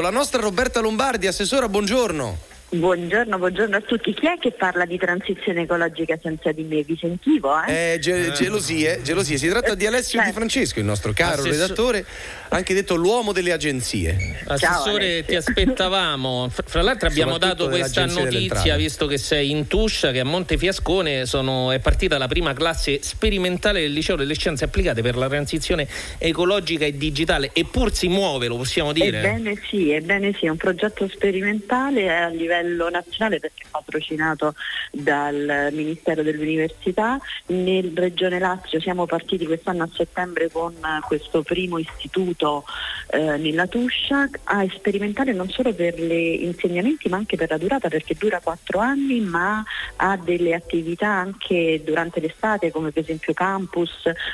la nostra Roberta Lombardi. Assessora, buongiorno. Buongiorno a tutti. Chi è che parla di transizione ecologica senza di me? Vi sentivo, gelosie. Si tratta di Alessio Di Francesco, il nostro caro redattore, anche detto l'uomo delle agenzie. Assessore, ti aspettavamo. Fra l'altro abbiamo dato questa notizia, visto che sei in Tuscia, che a Montefiascone è partita la prima classe sperimentale del liceo delle scienze applicate per la transizione ecologica e digitale, eppur si muove, lo possiamo dire? Ebbene sì, è un progetto sperimentale a livello nazionale perché è patrocinato dal Ministero dell'Università. Nel Regione Lazio siamo partiti quest'anno a settembre con questo primo istituto nella Tuscia a sperimentare non solo per gli insegnamenti ma anche per la durata, perché dura 4 anni, ma ha delle attività anche durante l'estate, come per esempio campus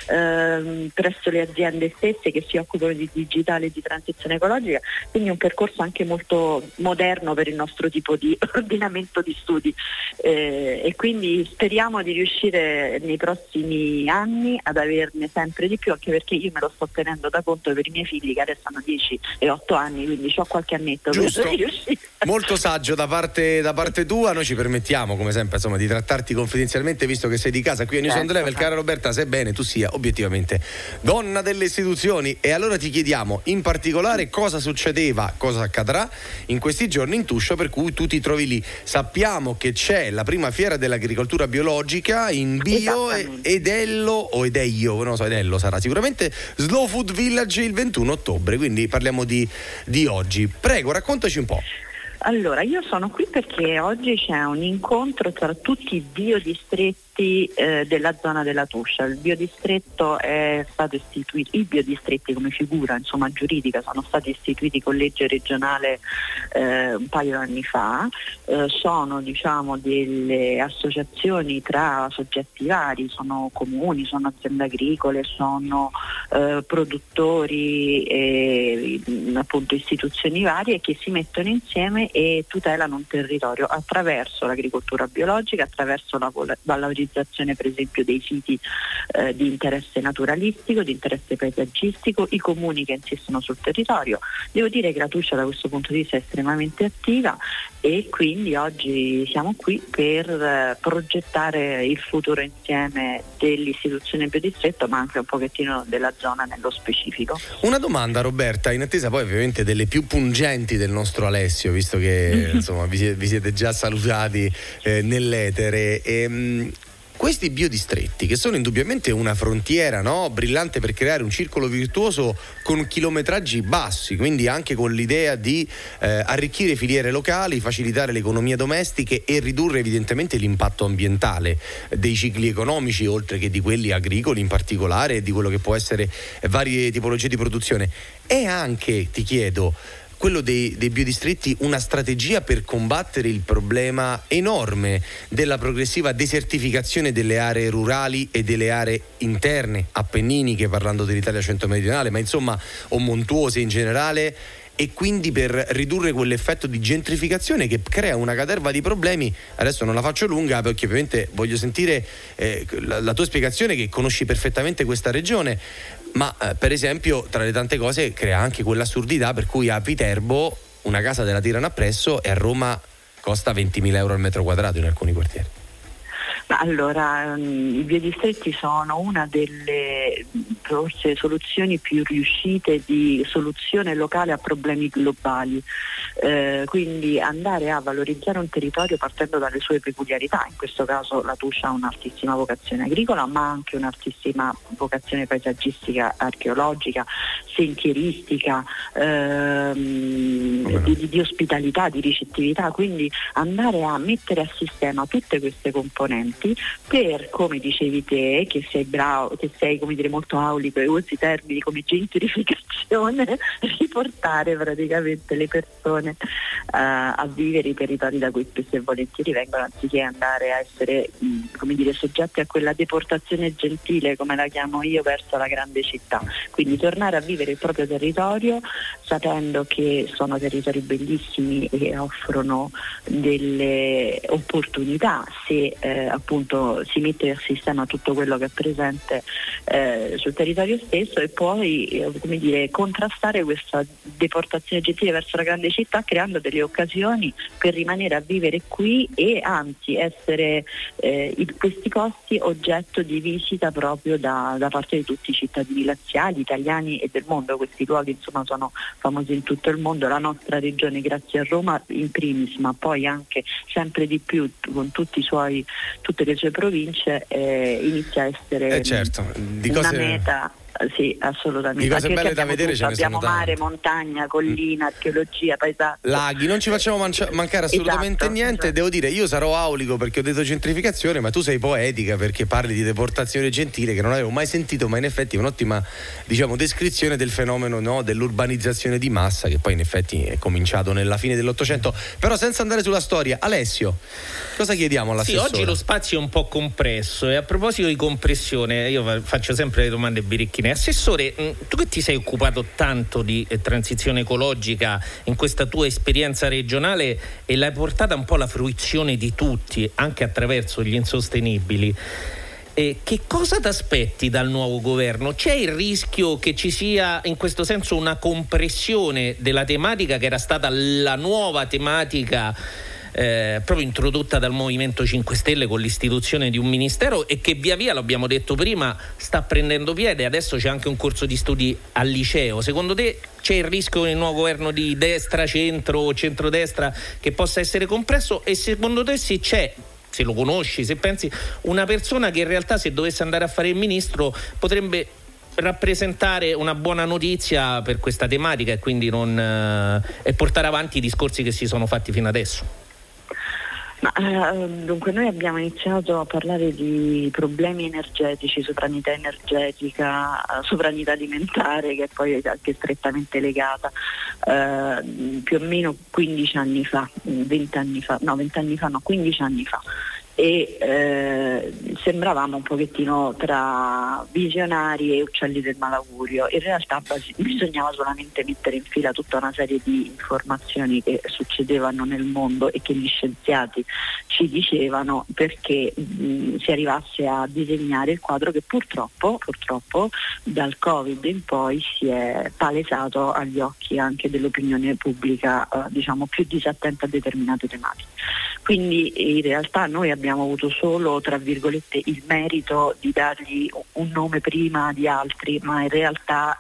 presso le aziende stesse che si occupano di digitale e di transizione ecologica, quindi è un percorso anche molto moderno per il nostro tipo di ordinamento di studi e quindi speriamo di riuscire nei prossimi anni ad averne sempre di più, anche perché io me lo sto tenendo da conto per i miei figli che adesso hanno 10 e 8 anni, quindi ho qualche annetto. Giusto. Per riuscire. Molto saggio da parte tua. Noi ci permettiamo come sempre di trattarti confidenzialmente, visto che sei di casa qui a News on the Level. Cara Roberta, sebbene tu sia obiettivamente donna delle istituzioni, e allora ti chiediamo in particolare cosa succedeva, cosa accadrà in questi giorni in Tuscia per cui tu ti trovi lì. Sappiamo che c'è la prima fiera dell'agricoltura biologica in bio Edello sarà sicuramente Slow Food Village il 21 ottobre, quindi parliamo di oggi. Prego, raccontaci un po'. Allora, io sono qui perché oggi c'è un incontro tra tutti i biodistretti della zona della Tuscia. Il biodistretto è stato istituito, i biodistretti come figura giuridica sono stati istituiti con legge regionale un paio di anni fa, sono delle associazioni tra soggetti vari, sono comuni, sono aziende agricole, sono produttori appunto istituzioni varie che si mettono insieme e tutelano un territorio attraverso l'agricoltura biologica, attraverso la valorizzazione per esempio dei siti di interesse naturalistico, di interesse paesaggistico, i comuni che insistono sul territorio. Devo dire che la Tuscia da questo punto di vista è estremamente attiva e quindi oggi siamo qui per progettare il futuro insieme dell'istituzione biodistretto, ma anche un pochettino della zona nello specifico. Una domanda, Roberta, in attesa poi ovviamente delle più pungenti del nostro Alessio, visto che vi siete già salutati nell'etere. Questi biodistretti, che sono indubbiamente una frontiera brillante per creare un circolo virtuoso con chilometraggi bassi, quindi anche con l'idea di arricchire filiere locali, facilitare le economie domestiche e ridurre evidentemente l'impatto ambientale dei cicli economici, oltre che di quelli agricoli in particolare e di quello che può essere varie tipologie di produzione. È anche, ti chiedo, quello dei biodistretti una strategia per combattere il problema enorme della progressiva desertificazione delle aree rurali e delle aree interne, appenniniche, parlando dell'Italia centro-meridionale, ma o montuose in generale, e quindi per ridurre quell'effetto di gentrificazione che crea una caterva di problemi. Adesso non la faccio lunga perché ovviamente voglio sentire la tua spiegazione, che conosci perfettamente questa regione, ma per esempio tra le tante cose crea anche quell'assurdità per cui a Viterbo una casa te la tirano appresso e a Roma costa 20.000 euro al metro quadrato in alcuni quartieri. Allora, i biodistretti sono una delle forse soluzioni più riuscite di soluzione locale a problemi globali, quindi andare a valorizzare un territorio partendo dalle sue peculiarità. In questo caso la Tuscia ha un'altissima vocazione agricola, ma anche un'altissima vocazione paesaggistica, archeologica, sentieristica, di ospitalità, di ricettività, quindi andare a mettere a sistema tutte queste componenti per, come dicevi te, che sei bravo, che sei molto aulico e usi termini come gentrificazione, riportare praticamente le persone persone a vivere i territori da cui spesso e volentieri vengono, anziché andare a essere soggetti a quella deportazione gentile, come la chiamo io, verso la grande città. Quindi tornare a vivere il proprio territorio sapendo che sono territori bellissimi e offrono delle opportunità se appunto si mette a sistema tutto quello che è presente sul territorio stesso, e poi contrastare questa deportazione gentile verso la grande città creando delle occasioni per rimanere a vivere qui e anzi essere questi posti oggetto di visita proprio da parte di tutti i cittadini laziali, italiani e del mondo. Questi luoghi insomma sono famosi in tutto il mondo, la nostra regione grazie a Roma in primis, ma poi anche sempre di più con tutte le sue province inizia a essere una meta. Sì, assolutamente. Di cose belle da vedere ce ne abbiamo sono mare, montagna, collina, archeologia, paesaggio. Laghi, non ci facciamo mancare assolutamente niente. Esatto. Devo dire, io sarò aulico perché ho detto gentrificazione, ma tu sei poetica perché parli di deportazione gentile, che non avevo mai sentito, ma in effetti è un'ottima descrizione del fenomeno, no, dell'urbanizzazione di massa, che poi in effetti è cominciato nella fine dell'Ottocento. Però senza andare sulla storia, Alessio, cosa chiediamo all'assessore? Sì, oggi lo spazio è un po' compresso, e a proposito di compressione io faccio sempre le domande birichine. Assessore, tu che ti sei occupato tanto di transizione ecologica in questa tua esperienza regionale e l'hai portata un po' alla fruizione di tutti, anche attraverso gli insostenibili, che cosa ti aspetti dal nuovo governo? C'è il rischio che ci sia in questo senso una compressione della tematica che era stata la nuova tematica proprio introdotta dal Movimento 5 Stelle con l'istituzione di un ministero, e che via via, l'abbiamo detto prima, sta prendendo piede? Adesso c'è anche un corso di studi al liceo. Secondo te c'è il rischio nel nuovo governo di destra, centro o centrodestra che possa essere compresso? E secondo te se lo conosci, se pensi una persona che in realtà, se dovesse andare a fare il ministro, potrebbe rappresentare una buona notizia per questa tematica e quindi e portare avanti i discorsi che si sono fatti fino adesso? Dunque noi abbiamo iniziato a parlare di problemi energetici, sovranità energetica, sovranità alimentare, che poi è anche strettamente legata, più o meno 15 anni fa, 15 anni fa. E sembravamo un pochettino tra visionari e uccelli del malaugurio. In realtà bisognava solamente mettere in fila tutta una serie di informazioni che succedevano nel mondo e che gli scienziati ci dicevano, perché si arrivasse a disegnare il quadro che purtroppo dal Covid in poi si è palesato agli occhi anche dell'opinione pubblica più disattenta a determinate tematiche. Quindi in realtà noi abbiamo avuto solo, tra virgolette, il merito di dargli un nome prima di altri, ma in realtà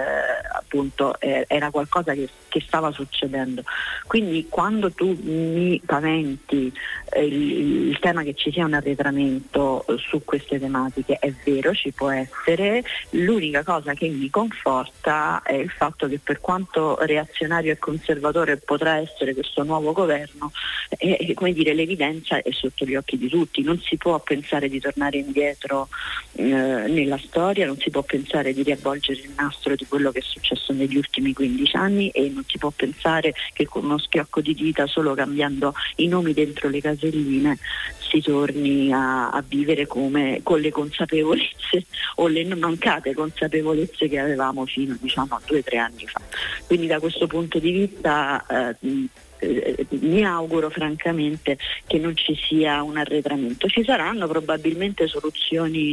era qualcosa che stava succedendo. Quindi quando tu mi paventi il tema che ci sia un arretramento su queste tematiche, è vero, ci può essere. L'unica cosa che mi conforta è il fatto che, per quanto reazionario e conservatore potrà essere questo nuovo governo, l'evidenza è sotto gli occhi di tutti. Non si può pensare di tornare indietro nella storia, non si può pensare di riavvolgere il nastro di quello che è successo negli ultimi 15 anni, e non si può pensare che con uno schiocco di dita, solo cambiando i nomi dentro le caselline, si torni a vivere come con le consapevolezze o le mancate consapevolezze che avevamo fino a 2 o 3 anni fa. Quindi da questo punto di vista mi auguro francamente che non ci sia un arretramento. Ci saranno probabilmente soluzioni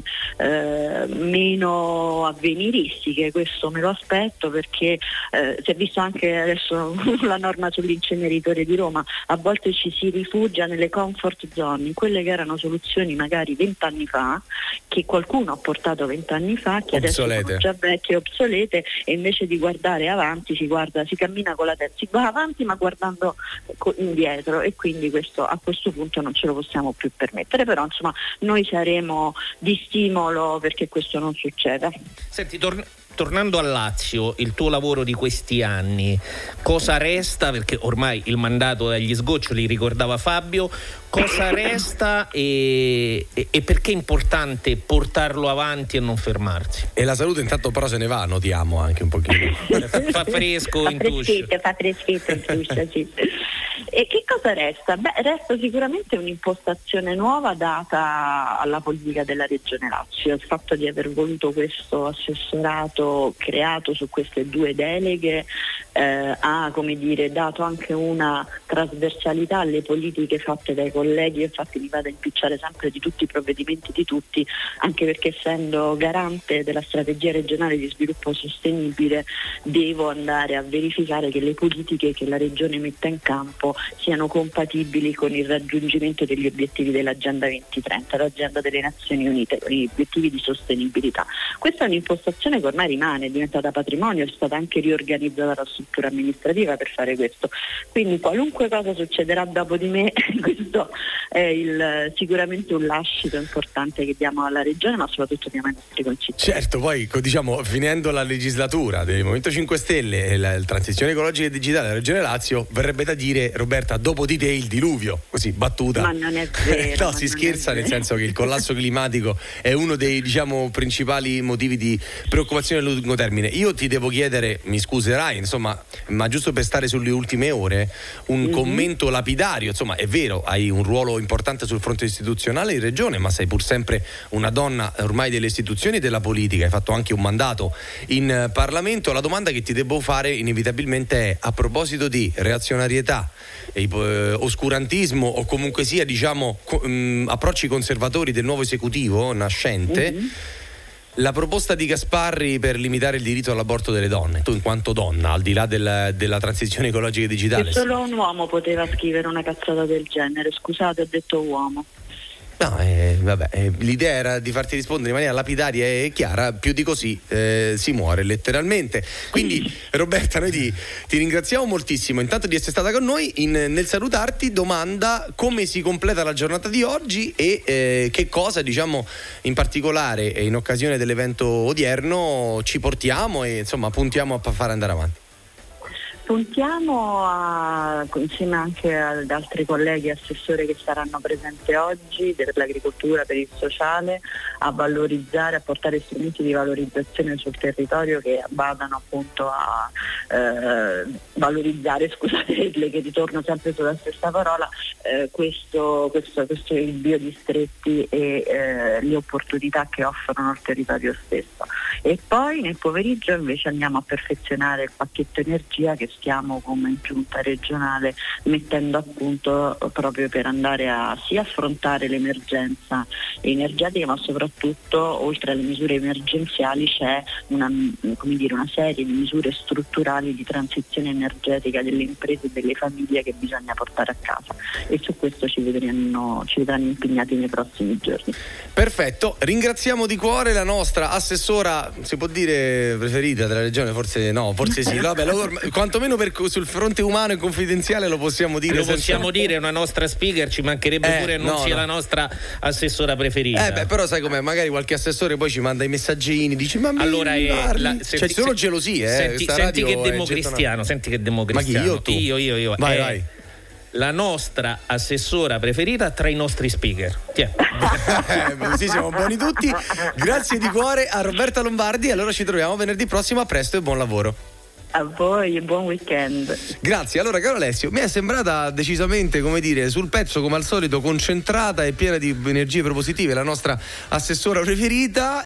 meno avveniristiche, questo me lo aspetto, perché si è visto anche adesso la norma sull'inceneritore di Roma. A volte ci si rifugia nelle comfort zone, in quelle che erano soluzioni magari 20 anni fa, che qualcuno ha portato 20 anni fa, che adesso sono già vecchie e obsolete, e invece di guardare avanti si cammina con la testa, si va avanti ma guardando indietro, e quindi a questo punto non ce lo possiamo più permettere. Però noi saremo di stimolo perché questo non succeda. Senti, tornando al Lazio, il tuo lavoro di questi anni, cosa resta? Perché ormai il mandato è agli sgoccioli, ricordava Fabio, cosa resta e perché è importante portarlo avanti e non fermarsi? E la salute intanto però se ne va, notiamo anche un pochino. Fa fresco in Tuscia. Fa freschetto in Tuscia, sì. E che cosa resta? Beh, resta sicuramente un'impostazione nuova data alla politica della Regione Lazio. Il fatto di aver voluto questo assessorato creato su queste due deleghe ha, come dire, dato anche una trasversalità alle politiche fatte dai colleghi. Infatti mi vado a impicciare sempre di tutti i provvedimenti di tutti, anche perché essendo garante della strategia regionale di sviluppo sostenibile devo andare a verificare che le politiche che la Regione metta in campo siano compatibili con il raggiungimento degli obiettivi dell'Agenda 2030, l'Agenda delle Nazioni Unite, con gli obiettivi di sostenibilità. Questa è un'impostazione che ormai rimane, è diventata patrimonio, è stata anche riorganizzata la struttura amministrativa per fare questo. Quindi qualunque cosa succederà dopo di me, questo è sicuramente un lascito importante che diamo alla Regione, ma soprattutto diamo ai nostri concittadini. Certo, poi diciamo, finendo la legislatura del Movimento 5 Stelle e la transizione ecologica e digitale della Regione Lazio, verrebbe da dire, Roberta, dopo di te il diluvio, così battuta. Ma non è vero. No, si scherza, nel senso che il collasso climatico è uno dei, diciamo, principali motivi di preoccupazione a lungo termine. Io ti devo chiedere, mi scuserai, insomma, ma giusto per stare sulle ultime ore, un commento lapidario. Insomma, è vero, hai un ruolo importante sul fronte istituzionale in Regione, ma sei pur sempre una donna ormai delle istituzioni e della politica, hai fatto anche un mandato in Parlamento. La domanda che ti devo fare inevitabilmente è, a proposito di reazionarietà, oscurantismo o comunque sia, diciamo, approcci conservatori del nuovo esecutivo nascente, la proposta di Gasparri per limitare il diritto all'aborto delle donne, tu in quanto donna, al di là della transizione ecologica e digitale. Che solo un uomo poteva scrivere una cazzata del genere, scusate, ho detto uomo. No, l'idea era di farti rispondere in maniera lapidaria e chiara, più di così si muore letteralmente. Quindi Roberta, noi ti ringraziamo moltissimo intanto di essere stata con noi. Nel salutarti domanda come si completa la giornata di oggi e che cosa, diciamo, in particolare in occasione dell'evento odierno ci portiamo e insomma puntiamo a fare andare avanti. Puntiamo insieme anche ad altri colleghi assessori che saranno presenti oggi, per l'agricoltura, per il sociale, a valorizzare, a portare strumenti di valorizzazione sul territorio che vadano appunto a valorizzare, scusate che ritorno sempre sulla stessa parola, questo il biodistretti e le opportunità che offrono al territorio stesso. E poi nel pomeriggio invece andiamo a perfezionare il pacchetto energia che stiamo come giunta regionale mettendo a punto proprio per andare a sia affrontare l'emergenza energetica, ma soprattutto oltre alle misure emergenziali c'è una serie di misure strutturali di transizione energetica delle imprese e delle famiglie che bisogna portare a casa, e su questo ci vedranno impegnati nei prossimi giorni. Perfetto, ringraziamo di cuore la nostra assessora, si può dire preferita della regione, forse no, forse sì, vabbè, quantomeno sul fronte umano e confidenziale lo possiamo dire. Lo possiamo dire, è una nostra speaker, ci mancherebbe pure non sia la nostra assessora preferita. Però sai com'è, magari qualche assessore poi ci manda i messaggini, dice ma allora ci sono gelosie, senti che democristiano, senti che democristiano. Ma chi, io? Vai. La nostra assessora preferita tra i nostri speaker. Sì, siamo buoni tutti. Grazie di cuore a Roberta Lombardi. Allora ci troviamo venerdì prossimo, a presto e buon lavoro. A voi, buon weekend. Grazie. Allora, caro Alessio, mi è sembrata decisamente, come dire, sul pezzo, come al solito, concentrata e piena di energie propositive la nostra assessora preferita.